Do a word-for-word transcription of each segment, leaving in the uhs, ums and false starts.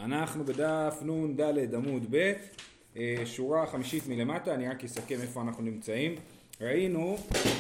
אנחנו בדף נון ד' עמוד ב', שורה חמישית מלמטה. אני רק אסכם איפה אנחנו נמצאים. ראינו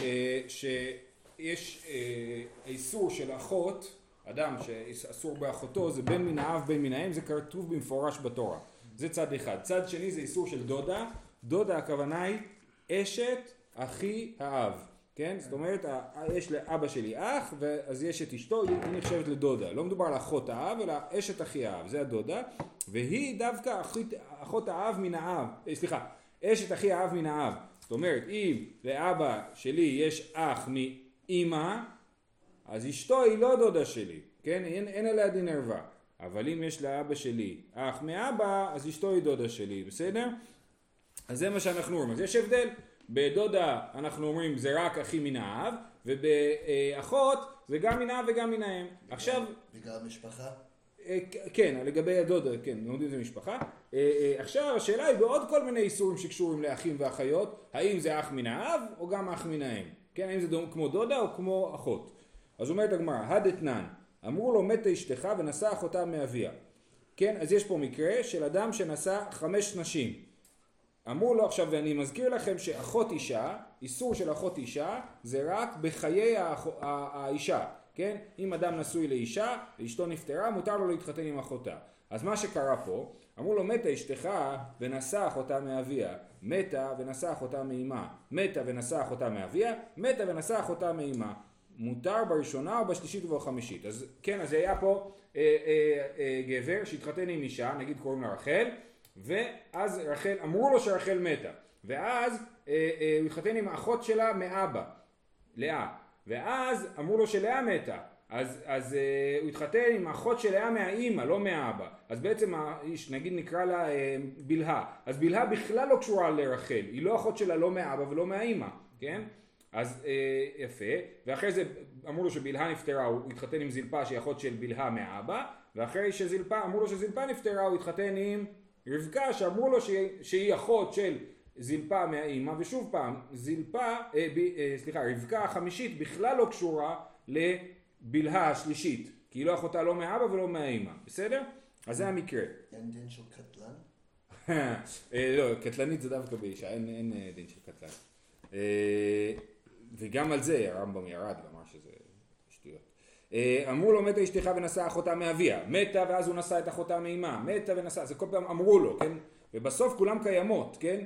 שיש איסור של אחות, אדם שאסור באחותו, זה בן מן האב בן מן האם, זה כתוב במפורש בתורה. זה צד אחד. צד שני זה איסור של דודה. דודה הכוונה היא אשת אחי האב. כן? זאת אומרת, יש לאבא שלי אח, אז יש את אשתו, היא נחשבת לדודה. לא מדובר על אחות האב, אלא אשת אחי האב, זה הדודה. והיא דווקא אחות, אחות האב מן האב, סליחה, אשת אחי האב מן האב. זאת אומרת, אם לאבא שלי יש אח מאמא, אז אשתו היא לא דודה שלי, כן? אין, אין עליה דין ערווה. אבל אם יש לאבא שלי אח מאבא, אז אשתו היא דודה שלי, בסדר? אז זה מה שאנחנו אומרים. אז יש הבדל. בדודה אנחנו אומרים זה רק אחי מן האב, ובאחות זה גם מן האב וגם מן האם. עכשיו... וגם משפחה? כן, לגבי הדודה, כן, נאמרים זה משפחה. עכשיו השאלה היא בעוד כל מיני איסורים שקשורים לאחים ואחיות, האם זה אח מן האב או גם אח מן האם? כן, האם זה כמו דודה או כמו אחות? אז אומרת הגמרא, הדתנן, אמרו לו מתה אשתך ונשא אחותה מאביה. כן, אז יש פה מקרה של אדם שנשא חמש נשים. אמרו לו עכשיו, ואני מזכיר לכם שאחות אישה, איסור של אחות אישה, זה רק בחיי האח, האישה, כן? אם אדם נשוי לאישה, ואשתו נפטרה, מותר לו להתחתן עם אחותה. אז מה שקרה פה, אמרו לו מתה אשתך ונשא אחותה מאביה, מתה ונשא אחותה מאימה, מתה ונשא אחותה מאביה, מתה ונשא אחותה מאימה. מותר בראשונה או בשלישית ובחמישית. אז כן, אז היה פה אה, אה, אה, גבר שהתחתן עם אישה, נגיד קוראים לה רחל, ואז רחל, אמרו לו שרחל מתה, ואז אה, אה, הוא התחתן עם האחות שלה מאבא, לאה, ואז אמרו לו שלאה מתה, אז, אז אה, הוא התחתן עם האחות של לאה מהאימא, לא מהאבא, אז בעצם האיש, נגיד נקרא לה אה, בלהה, אז בלהה בכלל לא קשורה לרחל, היא לא אחות שלה לא מאבא ולא מהאימא, כן? אז אה, יפה, ואחרי זה אמרו לו שבלהה נפטרה, הוא התחתן עם זלפה שהיא אחות של בלהה מהאבא, ואחרי שזלפה, אמרו לו שזלפה נפטרה, הוא התחתן עם רבקה שאמרו לו שהיא, שהיא אחות של זלפה מהאימא, ושוב פעם, זלפה, אה, ב, אה, סליחה, רבקה החמישית בכלל לא קשורה לבלהה השלישית, כי היא לא אחותה לא מהאבא ולא מהאימא, בסדר? אז זה המקרה. אין דין של קטלן? אה, לא, קטלנית זה דווקא באישה, אין, אין דין של קטלן. אה, וגם על זה הרמב"ם ירד ואמר שזה שטויות. אמרו לו מתה אשתך ונשא אחותה מאביה, מתה ואז הוא נשא את אחותה מאימה, מתה ונשא, זה כל פעם אמרו לו, כן? ובסוף כולם קיימות, כן?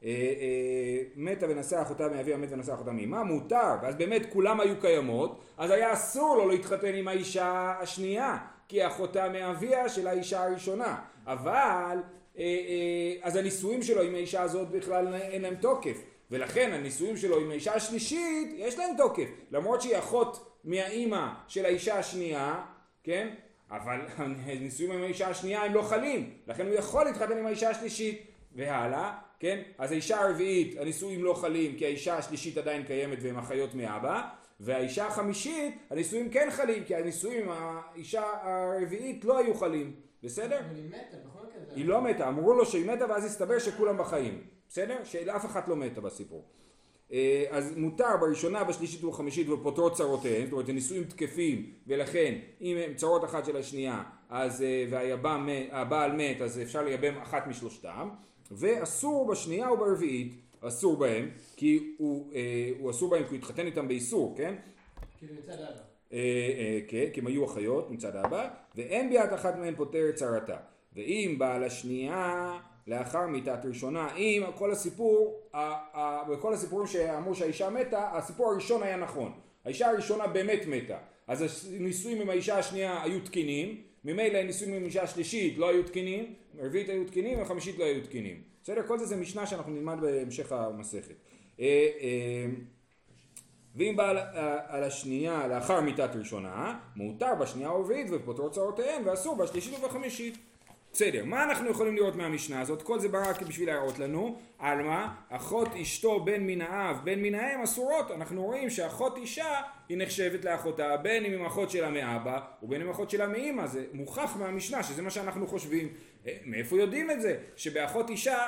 מתה ונשא אחותה מאביה, מתה ונשא אחותה מאימה, מותר, ואז באמת כולם היו קיימות, אז היה אסור לו להתחתן עם האישה השנייה, כי אחותה מאביה של האישה הראשונה, אבל אז הנישואים שלו עם האישה הזאת בכלל אין להם תוקף, ולכן הנישואים שלו עם האישה השלישית יש להם תוקף, למרות שהיא אחות מהאימא של האישה השנייה, כן? אבל הנישואים עם האישה השנייה הם לא חלים, לכן הוא יכול להתחתן עם האישה השלישית, והלאה, כן? אז האישה הרביעית, הנישואים לא חלים, כי האישה השלישית עדיין קיימת והם אחיות מאבא, והאישה החמישית, הנישואים כן חלים, כי הנישואים עם האישה הרביעית לא היו חלים, בסדר? אבל היא מתה, בכל כזה. היא לא מתה, אמרו לו שהיא מתה ואז הסתבר שכולם בחיים, בסדר? שאף אחת לא מתה בסיפור. אז מותר בראשונה, בשלישית ובחמישית ופותרות צרותיהם, זאת אומרת זה נישואים תקפים, ולכן אם הם צרות אחת של השנייה אז, והבעל מת, אז אפשר לייבם אחת משלושתם, ואסור בשנייה וברביעית, אסור בהם, כי הוא, הוא אסור בהם כי הוא התחתן איתם באיסור, כן? כאילו מצד אבא. כן, כי הם היו אחיות מצד אבא, ואין ביאת אחת מהן פותרת צרתה, ואם בעל השנייה לאחר מיתת ראשונה, אם כל הסיפור, בכל הסיפורים שאמרו שהאישה מתה, הסיפור הראשון היה נכון. האישה הראשונה באמת מתה. אז הנישואים עם האישה השנייה היו תקינים, ממילא הנישואים עם האישה השלישית לא היו תקינים, הרביעית היו תקינים, והחמישית לא היו תקינים. בסדר? כל זה זה משנה שאנחנו נלמד בהמשך המסכת. ואם בא על השנייה לאחר מיתת ראשונה, מותר בשנייה הרביעית ופותרות צרותיהן, ואסור בשלישית ובחמישית. בסדר, מה אנחנו יכולים לראות מהמשנה הזאת? כל זה בא רק בשביל להראות לנו על מה? אחות אשתו בן מן האב, בן מן האם אסורות. אנחנו רואים שאחות אישה היא נחשבת לאחותה, בין אם עם אחות שלה מאבא ובין אם אחות שלה מאמא. זה מוכח מהמשנה שזה מה שאנחנו חושבים. מאיפה יודעים את זה? שבאחות אישה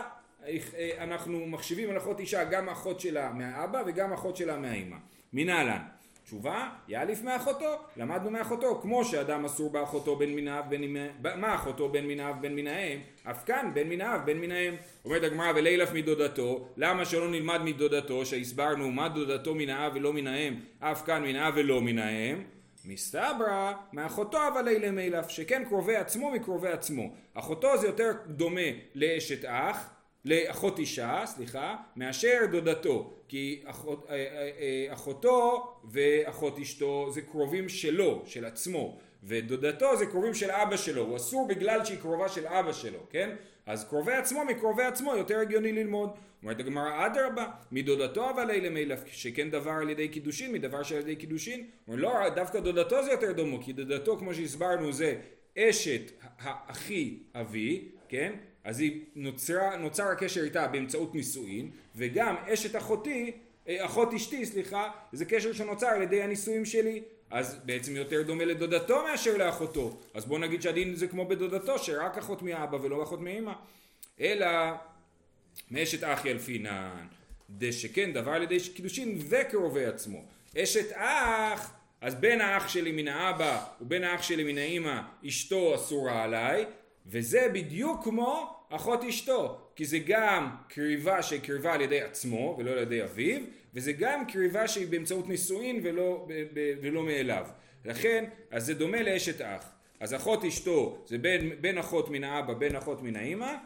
אנחנו מחשיבים על אחות אישה גם אחות שלה מהאבא וגם אחות שלה מהאמא. מנהלן, תשובה, יאליף מאחותו, למדנו מאחותו, כמו שאדם אסור באחותו בן מיניו, בן מיניו, מה אחותו בן מיניו, בן מיניהם, אף כאן בן מיניו, בן מיניהם. אומרת הגמרא ולילף מדודתו, למה שלא נלמד מדודתו, שהסברנו מה דודתו מנהב ולא מנהם, אף כאן מנהב ולא מנהם, מסתברא מאחותו אבל לילה מילף, שכן קרובי עצמו מקרובי עצמו. אחותו זה יותר דומה לאשת אח, לאחות אישה, סליחה, מאשר דודתו, כי אחות, אחותו ואחות אשתו זה קרובים שלו, של עצמו, ודודתו זה קרובים של אבא שלו, הוא אסור בגלל שהיא קרובה של אבא שלו, כן? אז קרובי עצמו מקרובי עצמו יותר הגיוני ללמוד. אומרת הגמרא אדרבה, מדודתו אבל לילה מילף, שכן דבר על ידי קידושין, מדבר שעל ידי קידושין. אומר לא, דווקא דודתו זה יותר דומו, כי דודתו כמו שהסברנו זה אשת האחי אבי, כן? אז היא נוצרה, נוצר הקשר איתה באמצעות נישואין, וגם אשת אחותי, אחות אשתי, סליחה, זה קשר שנוצר על ידי הנישואים שלי, אז בעצם יותר דומה לדודתו מאשר לאחותו. אז בוא נגיד שהדין זה כמו בדודתו, שרק אחות מאבא ולא אחות מאמא. אלא מאשת אחי אלפינן, דשכן דבר על ידי קידושין וקרובי עצמו. אשת אח, אז בין האח שלי מן האבא ובין האח שלי מן האמא, אשתו אסורה עליי, וזה בדיוק כמו אחות אשתו, כי זה גם קריבה שהיא קריבה על ידי עצמו ולא על ידי אביו, וזה גם קריבה שהיא באמצעות נישואין ולא, ולא מאליו. לכן, אז זה דומה לאשת אח. אז אחות אשתו זה בין, בין אחות מן האבא, בין אחות מן האמא,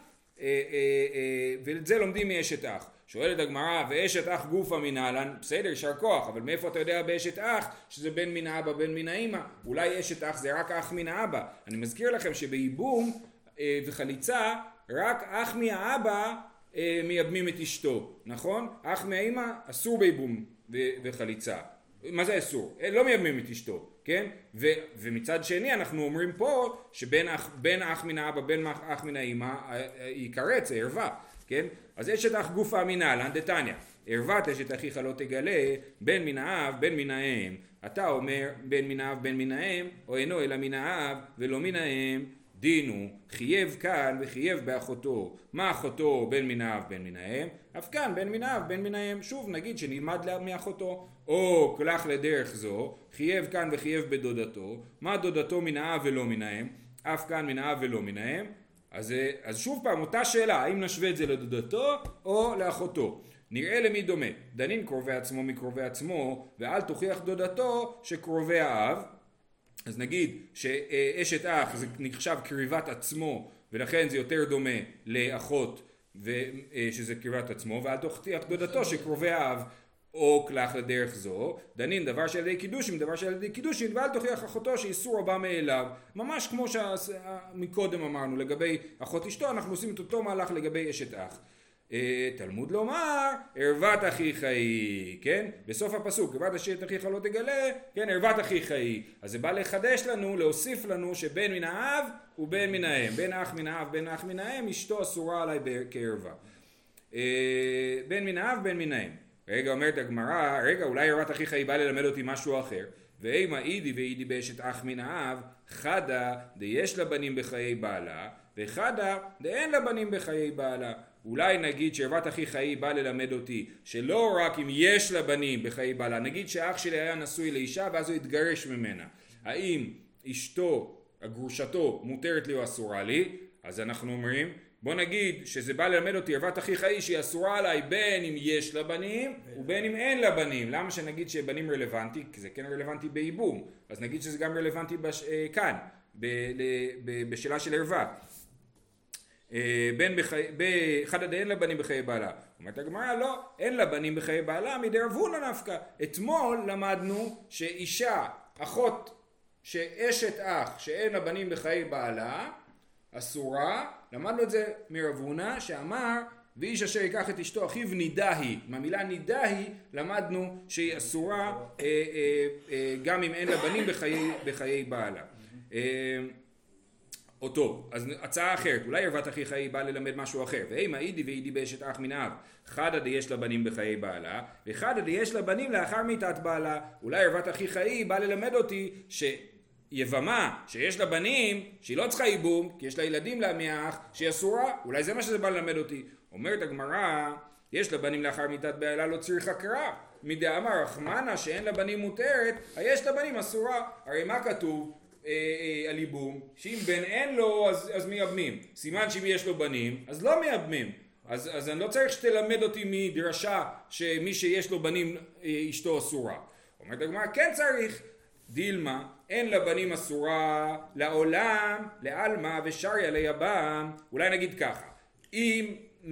ואת זה לומדים מאשת אח. שואלת הגמרא, ואשת אח גופה מנהלן, בסדר, יישר כוח, אבל מאיפה אתה יודע באשת אח שזה בין מן האבא, בין מן האמא? אולי אשת אח זה רק אח מן האבא. אני מזכיר לכם שבייבום וחליצה, רק אח מהאבא מייבמים את אשתו, נכון? אח מהאמא אסור בייבום וחליצה. מה זה אסור? לא מייבמים את אשתו, כן? ו, ומצד שני אנחנו אומרים פה שבין אח, בין אח מן האבא, בין אח מן האמא, היא קרץ, ערווה, כן? אז אשת אח גופה מנהלן, דתניא, ערוות אשת אחיך לא תגלה, בין מן האב, בין מן האם. אתה אומר בין מן האב, בין מן האם, או אינו אלא מן האב ולא מן האם. דינו, חייב כאן וחייב באחותו. מה אחותו בין מן האב בין מן האם? אף כאן בין מן האב בין מן האם. שוב נגיד שנלמד מאחותו. או כלך לדרך זו, חייב כאן וחייב בדודתו. מה דודתו מן האב ולא מן האם? אף כאן מן האב ולא מן האם. אז, אז שוב פעם אותה שאלה, האם נשווה את זה לדודתו או לאחותו? נראה למי דומה. דנין קרובי עצמו מקרובי עצמו, ואל תוכיח דודתו שקרובי האב. אז נגיד שאשת אח זה נחשב קריבת עצמו, ולכן זה יותר דומה לאחות שזה קריבת עצמו, ואל תוכיח דודתו שקרובי האב או כלך לדרך זו. דנין דבר שעל ידי קידושין, דבר שעל ידי קידושין, ואל תוכיח אחותו שאיסור הבא מאליו. ממש כמו שמקודם אמרנו לגבי אחות אשתו, אנחנו עושים את אותו מהלך לגבי אשת אח. תלמוד לומר, ערוות אחיך היא, כן? בסוף הפסוק, ערוות אשת אחיך לא תגלה, כן? ערוות אחיך היא. אז זה בא לחדש לנו, להוסיף לנו שבין מן האב ובין מן האם. בין אח מן האב, בין אח מן האם, אשתו אסורה עליי כערווה. בין מן האב, בין מן האם. רגע אומרת הגמרא, רגע אולי ערוות אחיך היא בא ללמד אותי משהו אחר. ואימה אידי ואידי באשת אח מן האב, חדה דיש לה בנים בחיי בעלה, וחדה דאין לה בנים בחיי בעלה. אולי נגיד שערוות אחיך היא בא ללמד אותי שלא רק אם יש לה בנים בחיי בעלה, נגיד שאח שלי היה נשוי לאישה ואז הוא התגרש ממנה. האם אשתו, הגרושתו, מותרת לי או אסורה לי? אז אנחנו אומרים, בוא נגיד שזה בא ללמד אותי ערוות אחיך היא שהיא אסורה עליי בין אם יש לה בנים ובין אם אין לה בנים. למה שנגיד שבנים רלוונטי? כי זה כן רלוונטי בייבום. אז נגיד שזה גם רלוונטי בש... כאן, ב... ב... בשאלה של ערווה. בין באחד עד אין לה בנים בחיי בעלה. אומרת הגמרא לא, אין לה בנים בחיי בעלה מדרבונה נפקא. אתמול למדנו שאישה, אחות, שאשת אח שאין לה בנים בחיי בעלה אסורה, למדנו את זה מרבונה שאמר ואיש אשר ייקח את אשתו אחיו נידה היא. מהמילה נידה היא למדנו שהיא אסורה אה, אה, אה, גם אם אין לה בנים בחיי, בחיי בעלה. אה, אותו, אז הצעה אחרת, אולי ערוות אחיך היא באה ללמד משהו אחר. ואימה אידי ואידי באשת אח מן האב, חדה דיש לה בנים בחיי בעלה, וחדה דיש לה בנים לאחר מיתת בעלה. אולי ערוות אחיך היא באה ללמד אותי שיבמה, שיש לה בנים, שהיא לא צריכה ייבום, כי יש לה ילדים לה מאח, שהיא אסורה, אולי זה מה שזה בא ללמד אותי. אומרת הגמרא, יש לבנים לאחר מיתת בעלה לא צריכה קרא. מדאמר רחמנה שאין לבנים מותרת, היש לבנים אסורה. הרי מה כתוב אה, אה, על ייבום? שאם בן אין לו אז, אז מייבמים. סימן שאם יש לו בנים אז לא מייבמים. אז, אז אני לא צריך שתלמד אותי מדרשה שמי שיש לו בנים אשתו אסורה. אומרת הגמרא כן צריך. דילמה אין לבנים אסורה לעולם לעלמא ושריה ליבם. אולי נגיד ככה, אם,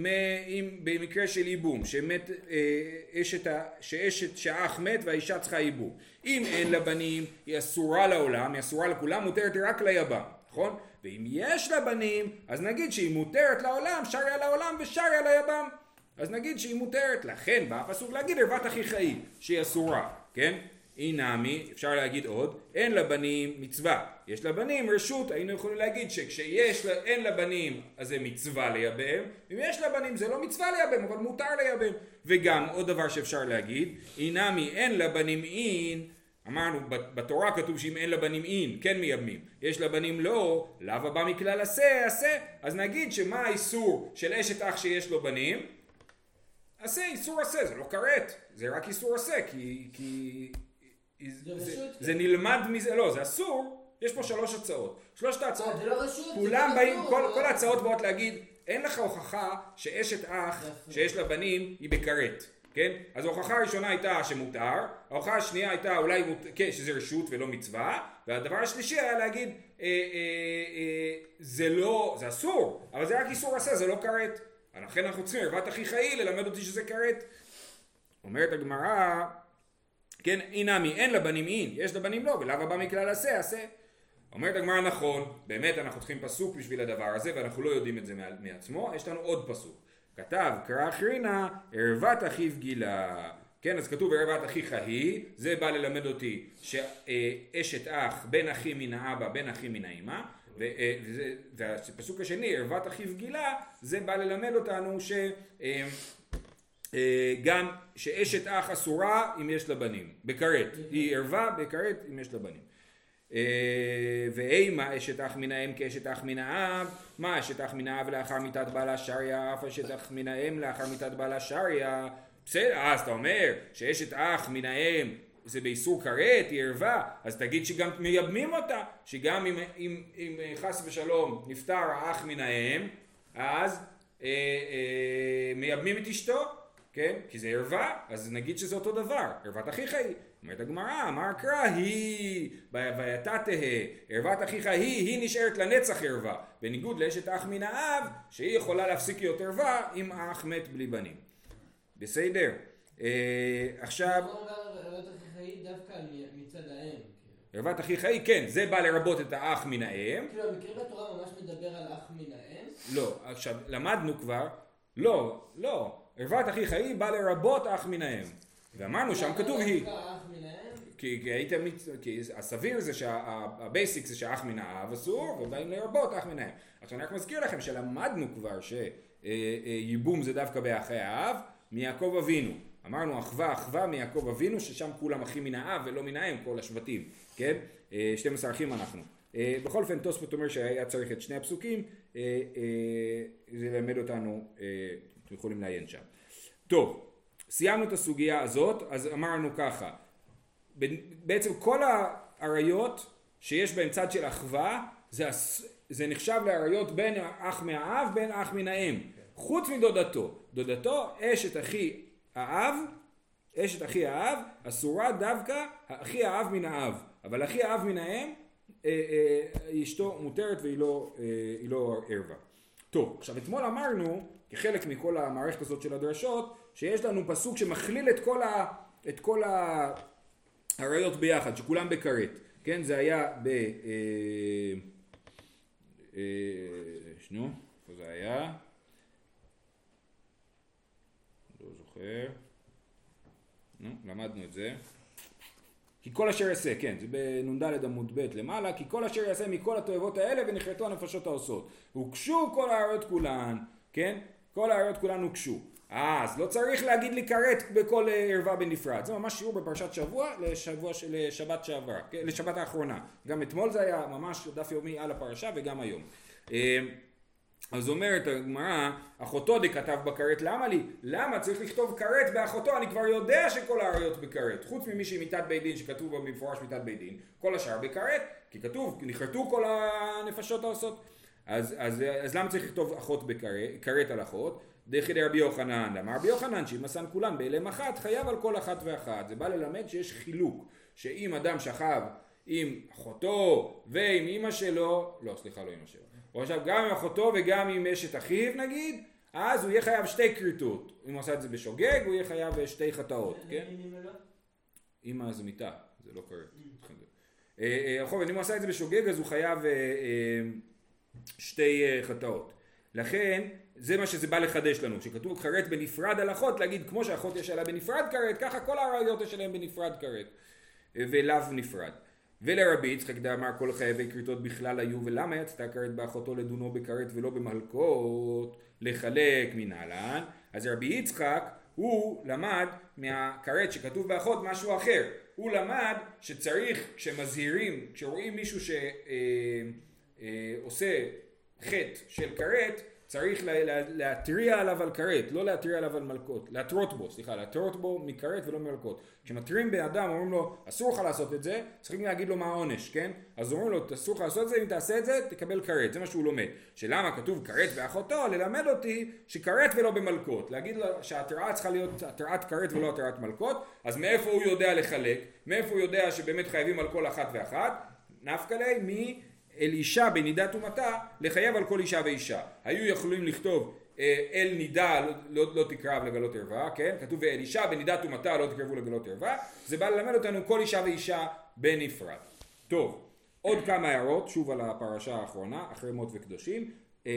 אם במקרה של ייבום שמת, אה, אשת, שאשת שהאח מת והאישה צריכה ייבום, אם אין לבנים היא אסורה לעולם, היא אסורה לכולם, מותרת רק ליבם, נכון? ואם יש לה בנים, אז נגיד שהיא מותרת לעולם, שריה לעולם ושריה ליבם. אז נגיד שהיא מותרת. לכן בא הפסוק להגיד ערוות אחיכאי, שהיא אסורה, כן? אינמי, אפשר להגיד עוד, אין לבנים מצווה. יש לבנים רשות, היינו יכולים להגיד שכשיש, אין לבנים, אז זה מצווה לייבם. אם יש לבנים זה לא מצווה לייבם, אבל מותר לייבם. וגם עוד דבר שאפשר להגיד, אינמי, אין לבנים אין, אמרנו בתורה כתוב שאם אין לבנים אין, כן מייבמים. יש לבנים לא, לאו הבא מכלל עשה, עשה. אז נגיד שמה האיסור של אשת אח שיש לו בנים? עשה, איסור עשה, זה לא כרת, זה רק איסור עשה, כי, כי זה, זה, זה נלמד מזה, לא, זה אסור. יש פה שלוש הצעות. שלושת ההצעות, זה לא רשות, כולם זה באים, אסור, כל, לא. כל ההצעות באות להגיד, אין לך הוכחה שאשת אח שיש לה בנים היא בכרת. כן? אז ההוכחה הראשונה הייתה שמותר, ההוכחה השנייה הייתה אולי מות... כן, שזה רשות ולא מצווה, והדבר השלישי היה להגיד, אה, אה, אה, זה לא, זה אסור, אבל זה רק איסור עשה, זה לא כרת. לכן אנחנו צריכים ערוות אחיכאי ללמד אותי שזה כרת. אומרת הגמרא, כן, אינמי, אין לבנים אין, יש לבנים לא, ולאו הבא מכלל עשה, עשה. אומרת הגמרא נכון, באמת אנחנו צריכים פסוק בשביל הדבר הזה, ואנחנו לא יודעים את זה מעצמו, יש לנו עוד פסוק. כתב קרא אחרינה ערוות אחיו גילה. כן, אז כתוב ערוות אחיך היא, זה בא ללמד אותי שאשת אח בן אחי מן האבא בן אחי מן האמא, והפסוק השני ערוות אחיו גילה זה בא ללמד אותנו שגם שאשת אח אסורה אם יש לה בנים בכרת, היא ערווה בכרת אם יש לה בנים. ואימה אשת אח מן האם כאשת אח מן האב. מה אשת אח מן האב לאחר מיתת בעלה שריה, אף אשת אח מן האם לאחר מיתת בעלה שריה. בסדר, אז אתה אומר שאשת אח מן האם זה באיסור כרת, היא ערווה, אז תגיד שגם מייבמים אותה, שגם אם, אם, אם חס ושלום נפטר האח מן האם, אז אה, אה, מייבמים את אשתו, כן? כי זה ערווה, אז נגיד שזה אותו דבר, ערוות אחיך היא. אומרת הגמרא, אמר קרא היא, ויתה תהא, ערוות אחיך היא, היא נשארת לנצח ערווה, בניגוד לאשת אח מן האב, שהיא יכולה להפסיק להיות ערווה אם האח מת בלי בנים. בסדר. אה, עכשיו... ערוות אחיך היא דווקא מצד האם. ערוות אחיך היא, כן, זה בא לרבות את האח מן האם. כאילו, המקרה בתורה ממש מדבר על אח מן האם? לא, עכשיו, למדנו כבר, לא, לא, ערוות אחיך היא בא לרבות אח מן האם. ואמרנו שם כתוב היא. כי, כי הייתם, כי הסביר זה שהבייסיק זה שהאח מן האב אסור, ובאים לרבות אח מן האם. עכשיו אני רק מזכיר לכם שלמדנו כבר שייבום זה דווקא באחי האב מיעקב אבינו. אמרנו אחווה אחווה מיעקב אבינו, ששם כולם אחים מן האב ולא מן האם, כל השבטים, כן? שתים עשרה אחים אנחנו. בכל אופן תוספות אומר שהיה צריך את שני הפסוקים, זה למד אותנו, אתם יכולים לעיין שם. טוב. סיימנו את הסוגיה הזאת, אז אמרנו ככה, בעצם כל העריות שיש בהן צד של אחווה, זה, זה נחשב לעריות בין אח מהאב, בין אח מן האם, חוץ מדודתו. דודתו, אשת אחי האב, אשת אחי האב, אסורה דווקא אחי האב מן האב, אבל אחי האב מן האם, אשתו מותרת והיא לא, היא לא ערווה. טוב, עכשיו אתמול אמרנו, כחלק מכל המערכת הזאת של הדרשות, שיש לנו פסוק שמכליל את כל, ה, את כל העריות ביחד, שכולם בכרת. כן, זה היה ב... אה, אה, שנו, איפה זה היה? לא זוכר. נו, למדנו את זה. כי כל אשר יעשה, כן, זה בנ"ד עמוד ב' למעלה, כי כל אשר יעשה מכל התועבות האלה ונחרטו הנפשות העושות. הוקשו כל העריות כולן, כן? כל העריות כולן הוקשו. אה, אז לא צריך להגיד לי כרת בכל ערווה בנפרד. זה ממש שיעור בפרשת שבוע לשבוע, לשבת שעברה, לשבת האחרונה. גם אתמול זה היה ממש דף יומי על הפרשה וגם היום. אז אומרת הגמרא, אחותו דכתב בכרת, למה לי? למה צריך לכתוב כרת באחותו? אני כבר יודע שכל העריות בכרת, חוץ ממי שהיא מיתת בית דין, שכתוב בה במפורש מיתת בית דין, כל השאר בכרת, כי כתוב, נכרתו כל הנפשות העושות. אז, אז, אז למה צריך לכתוב אחות בכרת, כרת על אחות? דכי דרבי יוחנן, אמר רבי יוחנן, שאם עשן כולן באלם אחת, חייב על כל אחת ואחת. זה בא ללמד שיש חילוק, שאם אדם שכב עם אחותו ועם אמא שלו, לא, סליחה, לא אמא שלו, או עכשיו גם עם אחותו וגם עם אשת אחיו נגיד, אז הוא יהיה חייב שתי כריתות. אם הוא עשה את זה בשוגג, הוא יהיה חייב שתי חטאות, כן? אמא זה מיטה, זה לא כרת. עכשיו, אם הוא עשה את זה בשוגג, אז הוא חייב שתי חטאות. לכן, זה מה שזה בא לחדש לנו, שכתוב כרת בנפרד על אחות, להגיד כמו שאחות יש עליה בנפרד כרת, ככה כל העריות יש עליהם בנפרד כרת, ולאו נפרד. ולרבי יצחק דאמר כל חייבי כריתות בכלל היו, ולמה יצתה כרת באחותו לדונו בכרת ולא במלקות לחלק מנהלן? אז רבי יצחק הוא למד מהכרת שכתוב באחות משהו אחר, הוא למד שצריך כשמזהירים, כשרואים מישהו שעושה חטא של כרת, צריך להתריע עליו על כרת, לא להתריע עליו על מלכות, להתרות בו, סליחה, להתרות בו מכרת ולא ממלכות. כשמתריעים באדם, אומרים לו, אסור לך לעשות את זה, צריכים להגיד לו מה העונש, כן? אז אומרים לו, אסור לך לעשות את זה, אם תעשה את זה, תקבל כרת, זה מה שהוא לומד. שלמה כתוב כרת באחותו? ללמד אותי שכרת ולא במלכות, להגיד לו שההתראה צריכה להיות התראת כרת ולא התראת מלכות, אז מאיפה הוא יודע לחלק? מאיפה הוא יודע שבאמת חייבים על כל אחת ואחת? נפקא ליה מי אל אישה בנידת ומתה לחייב על כל אישה ואישה. היו יכולים לכתוב אל נידה לא, לא תקרב לגלות ערווה, כן? כתוב אל אישה בנידת ומתה לא תקרבו לגלות ערווה. זה בא ללמד אותנו כל אישה ואישה בנפרד. טוב, עוד כמה הערות, שוב על הפרשה האחרונה, אחרי מות וקדושים.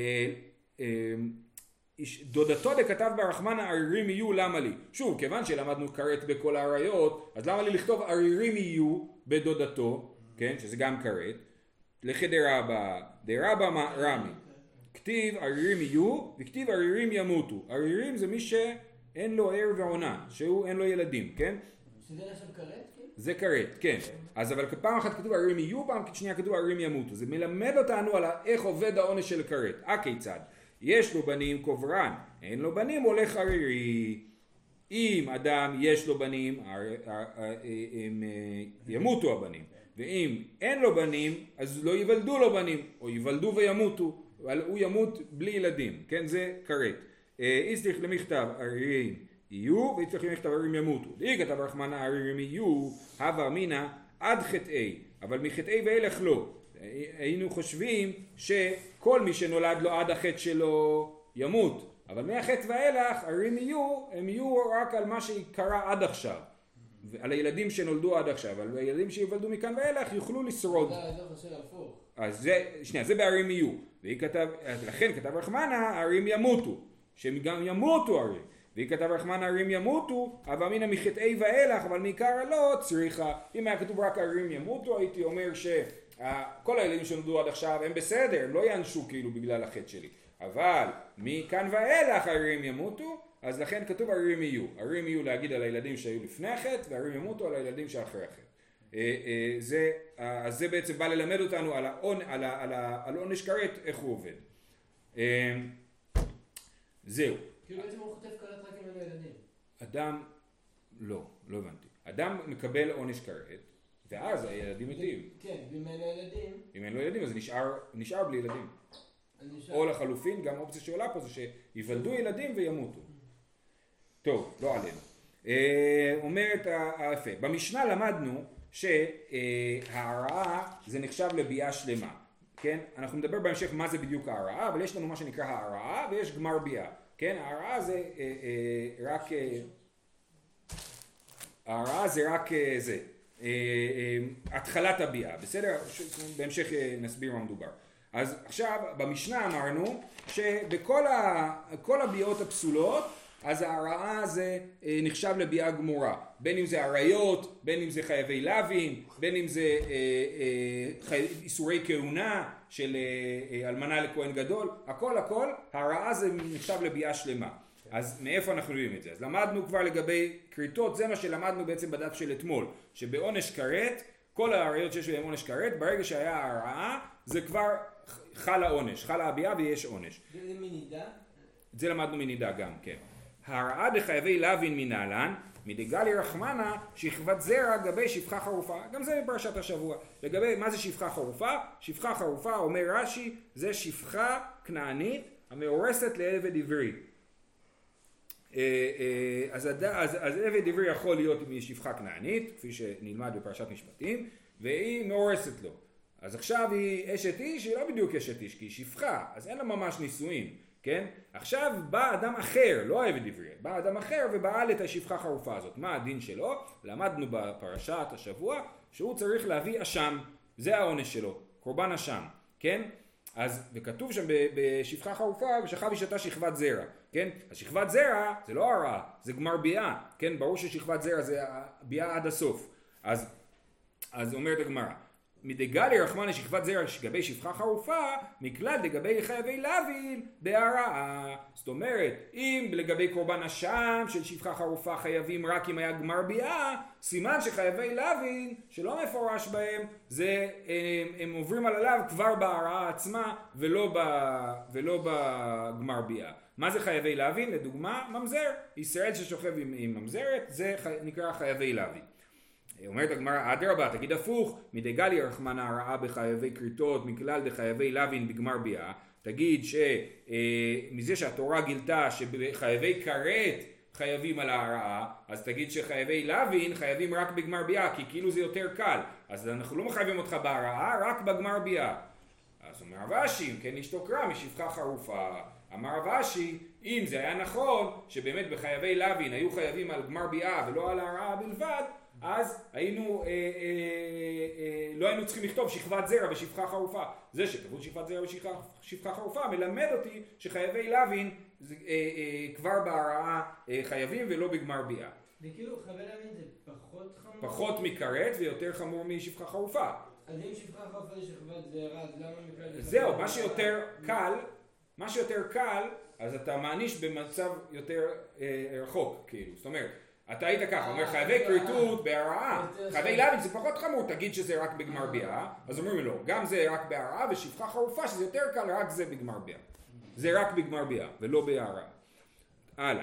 דודתו דכתב ברחמן ערירים יהיו, למה לי? שוב, כיוון שלמדנו כרת בכל העריות, אז למה לי לכתוב ערירים יהיו בדודתו, כן? שזה גם כרת. לכי דרבא, דרבא רמי, כתיב ערירים יהיו וכתיב ערירים ימותו. ערירים זה מי שאין לו ער ועונה, שהוא אין לו ילדים, כן? שזה נחשב כרת? זה כרת, כן. אז אבל פעם אחת כתוב ערירים יהיו, פעם שנייה כתוב ערירים ימותו. זה מלמד אותנו על איך עובד העונש של כרת. הכיצד? יש לו בנים קוברן, אין לו בנים הולך ערירי. אם אדם יש לו בנים, הם ימותו הבנים. ואם אין לו בנים, אז לא ייוולדו לו בנים, או ייוולדו וימותו, אבל הוא ימות בלי ילדים, כן? זה כרת. איסתיך למכתב ערירים יהיו, ואיסתיך למכתב ערירים ימותו. דאי כתב רחמנא ערירים יהיו, הווה אמינא עד חטאי, אבל מחטאי ואילך לא. היינו חושבים שכל מי שנולד לו עד החטא שלו ימות, אבל מהחטא ואילך ערירים יהיו, הם יהיו רק על מה שקרה עד עכשיו. על הילדים שנולדו עד עכשיו, אבל הילדים שיוולדו מכאן ואילך יוכלו לשרוד. אז זה, שנייה, זה בערים יהיו. והיא כתב, לכן כתב רחמנא, ערים ימותו, שהם גם ימותו ערים. והיא כתב רחמנא, ערים ימותו, אבל אמינא מחטאי ואילך, אבל מעיקר לא צריכה. אם היה כתוב רק ערים ימותו, הייתי אומר שכל הילדים שנולדו עד עכשיו הם בסדר, הם לא יענשו כאילו בגלל החטא שלי. אבל מכאן ואילך ערים ימותו, אז לכן כתוב ערירים יהיו. ערירים יהיו להגיד על הילדים שהיו לפני החטא, וערירים ימותו על הילדים שאחרי החטא. זה, אז זה בעצם בא ללמד אותנו על, העונ, על, ה, על, ה, על עונש כרת, איך הוא עובד. זהו. כאילו בעצם הוא חוטף כרת רק עם הילדים. אדם, לא, לא הבנתי. אדם מקבל עונש כרת, ואז הילדים מתים. כן, ואם אין לו ילדים... אם אין לו ילדים, אז נשאר, נשאר בלי ילדים. או לחלופין, גם האופציה שעולה פה זה שיוולדו ילדים וימותו. טוב, לא עלינו. אה, אומרת היפה, במשנה למדנו שההרעה זה נחשב לביאה שלמה, כן? אנחנו נדבר בהמשך מה זה בדיוק ההרעה, אבל יש לנו מה שנקרא ההרעה ויש גמר ביאה, כן? ההרעה זה אה, אה, רק, אה, ההרעה זה רק אה, זה, אה, אה, התחלת הביאה, בסדר? בהמשך אה, נסביר מה מדובר. אז עכשיו במשנה אמרנו שבכל ה, כל הביאות הפסולות אז ההרעה זה אה, נחשב לביאה גמורה, בין אם זה עריות, בין אם זה חייבי לווין, בין אם זה אה, אה, חי... איסורי כהונה של אה, אה, אלמנה לכהן גדול, הכל הכל, ההרעה זה נחשב לביאה שלמה. אז מאיפה אנחנו יודעים את זה? אז למדנו כבר לגבי כריתות, זה מה שלמדנו בעצם בדף של אתמול, שבעונש כרת, כל העריות שיש בהם עונש כרת, ברגע שהיה הרעה, זה כבר חלה עונש, חלה הביאה ויש עונש. זה מנידה? את זה למדנו מנידה גם, כן. הרעה דחייבי לוין מנהלן, מדגלי רחמנה, שכבת זרע גבי שפחה חרופה. גם זה בפרשת השבוע. לגבי מה זה שפחה חרופה? שפחה חרופה, אומר רש"י, זה שפחה כנענית המאורסת לעבד עברי. אז, אז, אז עבד עברי יכול להיות עם שפחה כנענית, כפי שנלמד בפרשת משפטים, והיא מאורסת לו. אז עכשיו היא אשת איש, היא לא בדיוק אשת איש, כי היא שפחה, אז אין לה ממש נישואין, כן? עכשיו בא אדם אחר, לא עבד עברי, בא אדם אחר ובעל את השפחה חרופה הזאת. מה הדין שלו? למדנו בפרשת השבוע שהוא צריך להביא אשם, זה העונש שלו, קורבן אשם, כן? אז, וכתוב שם בשפחה חרופה, ושכב אישתה שכבת זרע, כן? אז שכבת זרע זה לא הרעה, זה גמר ביאה, כן? ברור ששכבת זרע זה ביאה עד הסוף. אז, אז אומרת הגמרא, מדגלי רחמנה שכבת זרע לגבי שפחה חרופה, מכלל לגבי חייבי לוין בהרעה. זאת אומרת, אם לגבי קורבן אשם של שפחה חרופה חייבים רק אם היה גמר ביאה, סימן שחייבי לוין שלא מפורש בהם, זה הם, הם עוברים על עליו כבר בהרעה עצמה ולא, ב, ולא בגמר ביאה. מה זה חייבי לוין? לדוגמה, ממזר. ישראל ששוכב עם, עם ממזרת, זה נקרא חייבי לוין. אומרת הגמרא, אדרבה, תגיד הפוך, מדגלי רחמנה הרעה בחייבי כריתות, מכלל דחייבי לוין בגמר ביאה, תגיד שמזה שהתורה גילתה שבחייבי כרת חייבים על ההרעה, אז תגיד שחייבי לוין חייבים רק בגמר ביאה, כי כאילו זה יותר קל, אז אנחנו לא מחייבים אותך בהרעה, רק בגמר ביאה. אז אומר רבשי, כן השתוקרה משפחה חרופה, אמר רבשי, אם זה היה נכון שבאמת בחייבי לוין היו חייבים על גמר ביאה ולא על ההרעה בלבד, אז היינו, אה, אה, אה, לא היינו צריכים לכתוב שכבת זרע בשפחה חרופה. זה שכתוב שכבת זרע בשפחה חרופה מלמד אותי שחייבי לוין אה, אה, כבר בהרעה אה, חייבים ולא בגמר ביאה. וכאילו חייבי לוין זה פחות חמור? פחות מכרת ויותר חמור משפחה חרופה. אז אם שפחה חרופה זה שכבת זרע, אז למה מכלל... זהו, מה שיותר קל, מה שיותר קל, אז אתה מעניש במצב יותר אה, רחוק, כאילו. זאת אומרת, אתה היית ככה, אומר חייבי כריתות בהרעה, חייבי לוין זה פחות חמור, תגיד שזה רק בגמר ביאה, אז אומרים לו, גם זה רק בהרעה ושפחה חרופה שזה יותר קל, רק זה בגמר ביאה. זה רק בגמר ביאה ולא בהרעה. הלאה,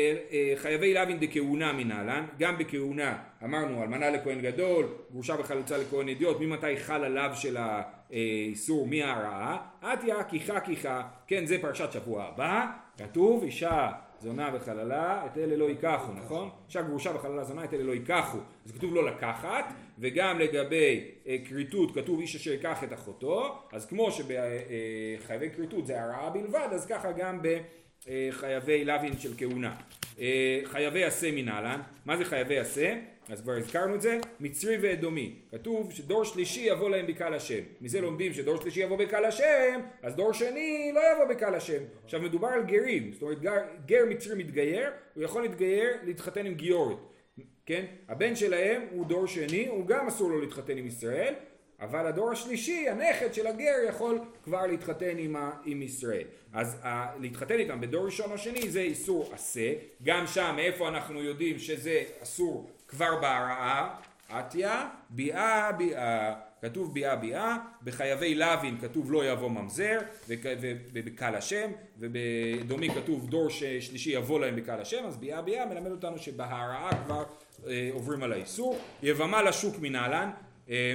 חייבי לוין דכהונה מנהלן, גם בכהונה אמרנו אלמנה לכהן גדול, גרושה וחלוצה לכהן אדיוט, ממתי חל עליו של האיסור מההרעה, עתיה כיחה כיחה, כן זה פרשת שבוע הבא, כתוב אישה זונה וחללה, את אלה לא ייקחו, נכון? אישה גרושה וחללה זונה, את אלה לא ייקחו. אז כתוב לא לקחת, וגם לגבי כריתות כתוב איש אשר ייקח את אחותו, אז כמו שבחייבי כריתות זה הרעה בלבד, אז ככה גם בחייבי לוין של כהונה. חייבי עשה מנהלן, מה זה חייבי עשה? אז כבר הזכרנו את זה, מצרי ואדומי. כתוב שדור שלישי יבוא להם בקהל השם. מזה לומדים שדור שלישי יבוא בקהל השם, אז דור שני לא יבוא בקהל השם. עכשיו מדובר על גרים, זאת אומרת גר, גר מצרי מתגייר, הוא יכול להתגייר, להתחתן עם גיורת. כן? הבן שלהם הוא דור שני, הוא גם אסור לו להתחתן עם ישראל, אבל הדור השלישי, הנכד של הגר, יכול כבר להתחתן עם, ה, עם ישראל. אז ה, להתחתן איתם בדור ראשון או שני זה איסור עשה. גם שם, איפה אנחנו יודעים שזה אסור כבר בהרעה? עתיה, ביאה, ביאה. כתוב ביאה, ביאה. בחייבי לוין כתוב לא יבוא ממזר, ובקהל השם, ובדומי כתוב דור שלישי יבוא להם בקהל השם, אז ביאה, ביאה מלמד אותנו שבהרעה כבר אה, עוברים על האיסור. יבמה לשוק מנהלן. אה,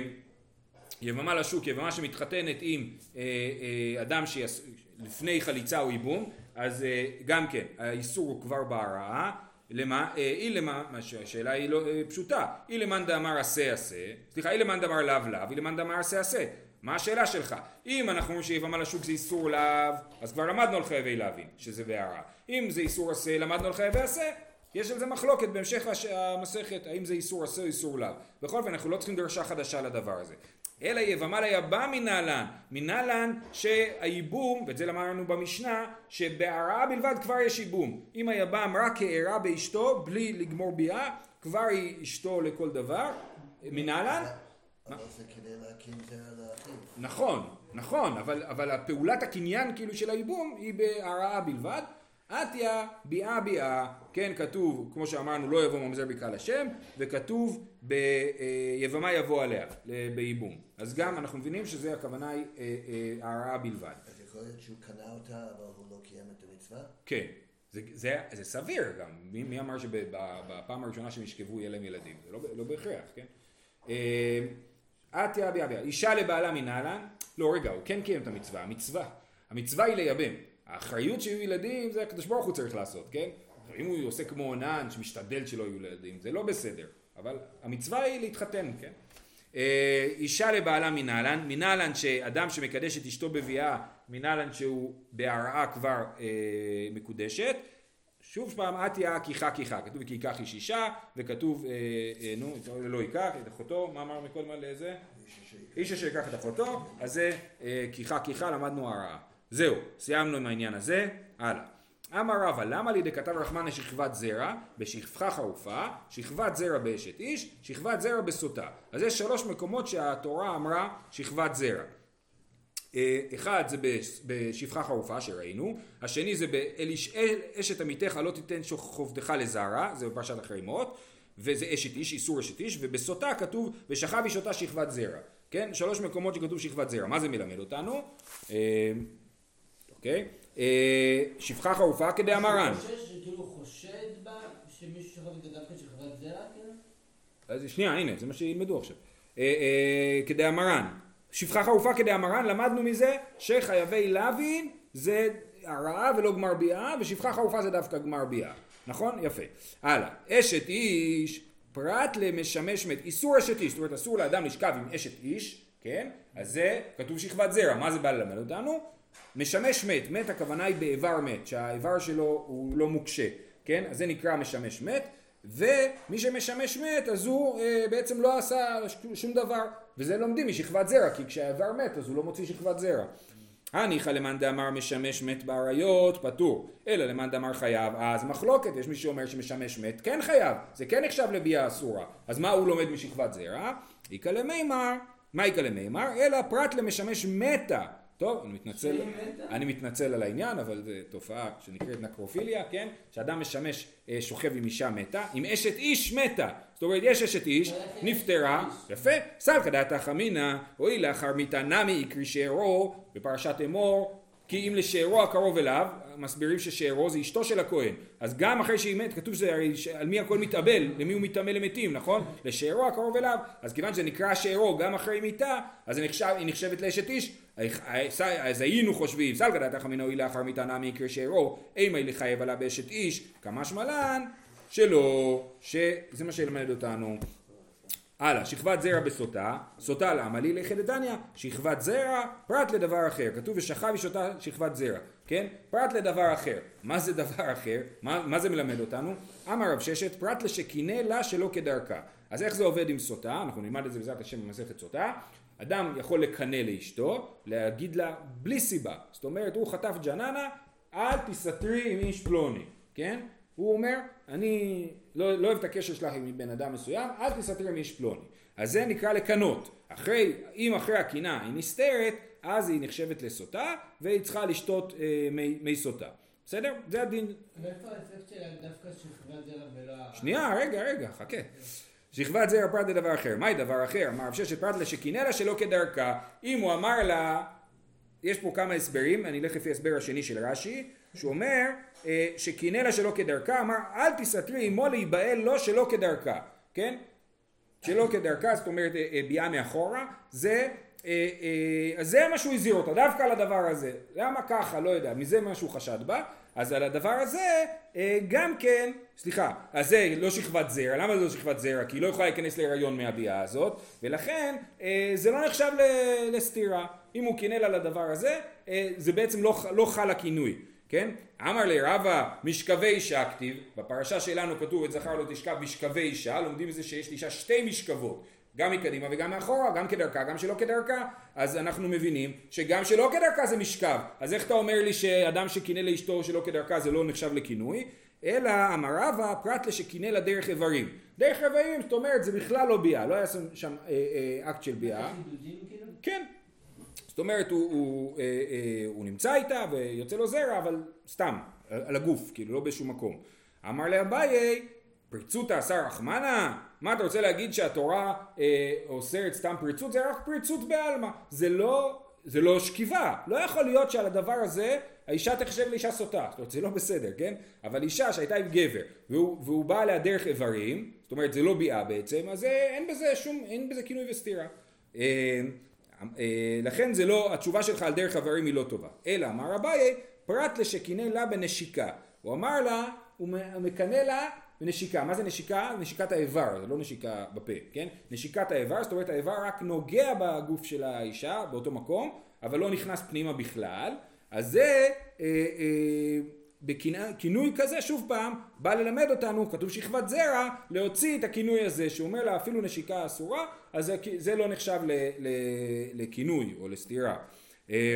יבמה לשוק, יבמה שמתחתנת עם אה, אה, אדם שלפני חליצה או ייבום, אז אה, גם כן, האיסור הוא כבר בהרעה. למה? אה, אי למה, השאלה היא לא אה, פשוטה, אי למאן דאמר עשה עשה, סליחה, אי למאן דאמר לאו לאו, אי למאן דאמר עשה עשה. מה השאלה שלך? אם אנחנו אומרים שיבמה לשוק זה איסור לאו, אז כבר למדנו על חייבי לוין, שזה בהרעה. אם זה איסור עשה, למדנו על חייבי עשה. יש על זה מחלוקת בהמשך המסכת, האם זה איסור עשה או איסור לאו. בכל אופן, אנחנו לא צריכים דרשה חדשה לדבר הזה. אלא יבמה ליבא מנהלן, מנהלן שהייבום, ואת זה למדנו במשנה, שבהרעה בלבד כבר יש ייבום. אם היבם רק הערה באשתו, בלי לגמור ביאה, כבר היא אשתו לכל דבר, מנהלן. אבל זה כדי להקים זרע לאחיו. נכון, נכון, אבל, אבל הפעולת הקניין כאילו של הייבום היא בהרעה בלבד, עטיה ביאה ביאה, כן, כתוב, כמו שאמרנו, לא יבוא ממזר בקהל לשם, וכתוב ביבמה יבוא עליה, בייבום. אז גם אנחנו מבינים שזה הכוונה היא הרעה בלבד. אז יכול להיות שהוא קנה אותה, אבל הוא לא קיים את המצווה? כן, זה, זה, זה סביר גם. מי, מי אמר שבפעם הראשונה שהם ישכבו יהיה להם ילדים? זה לא, לא בהכרח, כן? עטיה ביאה ביאה, אישה לבעלה מנהלן? לא, רגע, הוא כן קיים את המצווה, המצווה. המצווה היא לייבם. האחריות שיהיו ילדים זה הקדוש ברוך הוא צריך לעשות, כן? אם הוא עושה כמו עונן שמשתדל שלא יהיו ילדים, זה לא בסדר. אבל המצווה היא להתחתן, כן? אישה לבעלה מנהלן, מנהלן שאדם שמקדש את אשתו בביאה, מנהלן שהוא בהרעה כבר אה, מקודשת. שוב פעם, עטיה כיחה כיחה, כתוב כי ייקח איש אישה, וכתוב, אה, אה, נו, לא ייקח את אחותו, מה אמר מכל מה לזה? איש אשר ייקח את אחותו, אז זה אה, כיחה כיחה, למדנו הרעה. זהו, סיימנו עם העניין הזה, הלאה. אמר רבא, למה לי דכתב רחמנא שכבת זרע, בשכחה חרופה, שכבת זרע באשת איש, שכבת זרע בסוטה. אז יש שלוש מקומות שהתורה אמרה שכבת זרע. אחד זה בשפחה חרופה שראינו, השני זה באשת עמיתך לא תיתן חובדך לזרע, זה בפרשת אחרי מות, וזה אשת איש, איסור אשת איש, ובסוטה כתוב ושכב איש אותה שכבת זרע. כן? שלוש מקומות שכתוב שכבת זרע. מה זה מלמד אותנו? אוקיי. שפחה חרופה כדי המרן. שכאילו חושד בה שמישהו שכב את דווקא שכבת זרע כאילו? אז שנייה, הנה, זה מה שילמדו עכשיו. כדי המרן. שפחה חרופה כדי המרן, למדנו מזה שחייבי לוין זה הרעה ולא גמר ביאה, ושפחה חרופה זה דווקא גמר ביאה. נכון? יפה. הלאה. אשת איש, פרט למשמש מת, איסור אשת איש, זאת אומרת אסור לאדם לשכב עם אשת איש, כן? אז זה כתוב שכבת זרע. מה זה בא ללמד אותנו? משמש מת, מת הכוונה היא באיבר מת, שהאיבר שלו הוא לא מוקשה, כן? אז זה נקרא משמש מת, ומי שמשמש מת אז הוא אה, בעצם לא עשה שום דבר, וזה לומדים משכבת זרע, כי כשהאיבר מת אז הוא לא מוציא שכבת זרע. הניחא למאן דאמר משמש מת בעריות פטור, אלא למאן דאמר חייב, אז מחלוקת, יש מי שאומר שמשמש מת כן חייב, זה כן נחשב לביאה אסורה, אז מה הוא לומד משכבת זרע? איקא למימר, מה איקא למימר? אלא פרט למשמש מתה. טוב, אני מתנצל, אני מתנצל על העניין, אבל זו תופעה שנקראת נקרופיליה, כן? שאדם משמש שוכב עם אישה מתה, עם אשת איש מתה. זאת אומרת, יש אשת איש, נפטרה, יפה, סלקא דעתך אמינא, הואיל לאחר מיתה נמי יקרי שארו, בפרשת אמור, כי אם לשארו הקרוב אליו, מסבירים ששארו זה אשתו של הכהן. אז גם אחרי שהיא מת, כתוב שעל מי הכל מתאבל, למי הוא מתאמה למתים, נכון? לשארו הקרוב אליו. אז כיוון שזה נקרא שארו גם אחרי מיתה, אז היא, נחשב, היא נחשבת לאשת איש. אז היינו חושבים, סלקא דעתך אמינא הואיל לאחר מיתה נמי יקרי שארו, אימה לחייב עליו באשת איש, כמשמע לן שלא, שזה מה שילמד אותנו. הלאה, שכבת זרע בסוטה, סוטה למה לי לכי דתניא, שכבת זרע פרט לדבר אחר, כתוב ושכב איש אותה שכבת זרע, כן? פרט לדבר אחר. מה זה דבר אחר? מה, מה זה מלמד אותנו? אמר רב ששת, פרט לשקינא לה שלא כדרכה. אז איך זה עובד עם סוטה? אנחנו נלמד את זה בעזרת השם במסכת סוטה. אדם יכול לקנא לאשתו, להגיד לה בלי סיבה. זאת אומרת, הוא חטף ג'ננה, אל תסתרי עם איש פלוני, כן? הוא אומר, אני לא, לא אוהב את הקשר שלך עם בן אדם מסוים, אל תסתיר עם איש פלוני. אז זה נקרא לקנות. אחרי, אם אחרי הקינה היא נסתרת, אז היא נחשבת לסוטה, והיא צריכה לשתות אה, מי, מי סוטה. בסדר? זה הדין. ואיפה האפקט שלה דווקא שכבת זרע ולא... שנייה, רגע, רגע, חכה. שכבת זרע פרט לדבר אחר. מהי דבר אחר? אמר רב ששת פרט לשקינא לה שלא כדרכה. אם הוא אמר לה, יש פה כמה הסברים, אני אלך לפי הסבר השני של רש"י, שהוא אומר שקינא לה שלא כדרכה, אמר אל תסתרי עמו להיבעל לא שלא כדרכה, כן? שלא כדרכה, זאת אומרת ביאה מאחורה, זה, אז זה מה שהוא הזהיר אותה, דווקא על הדבר הזה. למה ככה? לא יודע, מזה מה שהוא חשד בה. אז על הדבר הזה גם כן, סליחה, אז זה לא שכבת זרע, למה זה לא שכבת זרע? כי היא לא יכולה להיכנס להיריון מהביאה הזאת, ולכן זה לא נחשב לסתירה. אם הוא קינא לה לדבר הזה, זה בעצם לא, לא חל הכינוי. כן? אמר לי רבא משכבי אישה כתיב, בפרשה שלנו כתוב את זכר לא תשכב משכבי אישה, לומדים מזה שיש לאישה שתי משכבות, גם מקדימה וגם מאחורה, גם כדרכה, גם שלא כדרכה, אז אנחנו מבינים שגם שלא כדרכה זה משכב, אז איך אתה אומר לי שאדם שקינא לאשתו שלא כדרכה זה לא נחשב לכינוי? אלא אמר רבא פרט לשקינא לה דרך איברים, דרך איברים זאת אומרת זה בכלל לא ביאה, לא היה שם אה, אה, אקט של ביאה, כן. זאת אומרת, הוא, הוא, אה, אה, הוא נמצא איתה ויוצא לו זרע, אבל סתם, על הגוף, כאילו לא בשום מקום. אמר לאביי, פריצותא עשה רחמנה? מה אתה רוצה להגיד שהתורה אה, אוסרת סתם פריצות? זה רק פריצות בעלמא. זה לא, זה לא שכיבה. לא יכול להיות שעל הדבר הזה האישה תחשב לאישה סוטה. זאת אומרת, זה לא בסדר, כן? אבל אישה שהייתה עם גבר והוא, והוא בא עליה דרך איברים, זאת אומרת, זה לא ביאה בעצם, אז אין בזה שום, אין בזה כינוי וסתירה. אה, אה, לכן זה לא, התשובה שלך על דרך איברים היא לא טובה. אלא, אמר אביי, פרט לשקינא לה בנשיקה. הוא אמר לה, הוא מקנא לה בנשיקה. מה זה נשיקה? נשיקת האיבר, זה לא נשיקה בפה, כן? נשיקת האיבר, זאת אומרת האיבר רק נוגע בגוף של האישה באותו מקום, אבל לא נכנס פנימה בכלל. אז זה אה, אה, בכינוי כזה, שוב פעם, בא ללמד אותנו, כתוב שכבת זרע, להוציא את הכינוי הזה, שאומר לה אפילו נשיקה אסורה, אז זה, זה לא נחשב ל, ל, לכינוי או לסתירה. אה,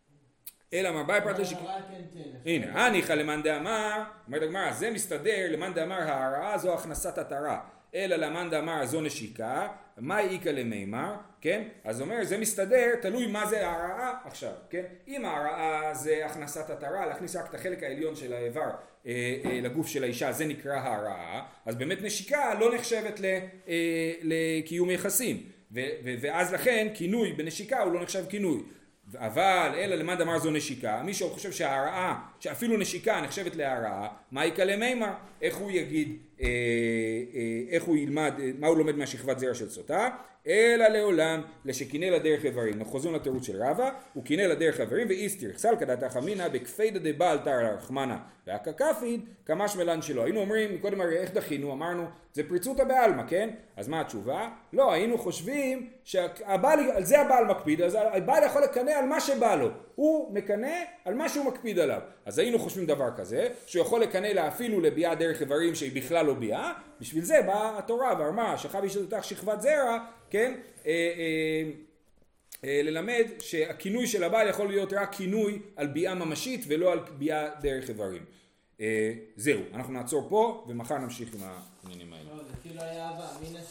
אלא מה באי פרט לשיקה. הנה, הניחא למאן דאמר, אומרת הגמרא, זה מסתדר, למאן דאמר ההרעה זו הכנסת התרה, אלא למאן דאמר זו נשיקה, מה איכא למימר, כן? אז אומר, זה מסתדר, תלוי מה זה ההרעה עכשיו, כן? אם ההרעה זה הכנסת התרה, להכניס רק את החלק העליון של האיבר אה, אה, לגוף של האישה, זה נקרא ההרעה, אז באמת נשיקה לא נחשבת ל, אה, לקיום יחסים, ו, ו, ואז לכן כינוי בנשיקה הוא לא נחשב כינוי. אבל אלא למאן דאמר זו נשיקה, מי שחושב שההרעה, שאפילו נשיקה נחשבת להרעה, מה איכא למימר? איך הוא יגיד, אה, אה, איך הוא ילמד, מה הוא לומד מהשכבת זרע של סוטה? אלא לעולם לשקינא לה דרך איברים. אנחנו חוזרים לתירוץ של רבא, הוא קינא לה דרך איברים ואיסתיר חסל כדתא חמינא בכפידא דבעל תרא רחמנא והקקפיד כמשמלן שלו. היינו אומרים, קודם הרי איך דחינו, אמרנו זה פריצותא בעלמא, כן? אז מה התשובה? לא, היינו חושבים שהבעל, על זה הבעל מקפיד, אז הבעל יכול לקנא על מה שבא לו, הוא מקנא על מה שהוא מקפיד עליו. אז היינו חושבים דבר כזה, שהוא יכול לקנא לה אפילו לביאה דרך איברים שהיא בכלל לא ביאה, בשביל זה באה התורה ואמרה שכב איש אותך שכבת זרע, כן? אה, אה, אה, ללמד שהכינוי של הבעל יכול להיות רק כינוי על ביאה ממשית ולא על ביאה דרך איברים. אה, זהו, אנחנו נעצור פה ומחר נמשיך עם העניינים האלה. לא, זה כאילו היה אבא,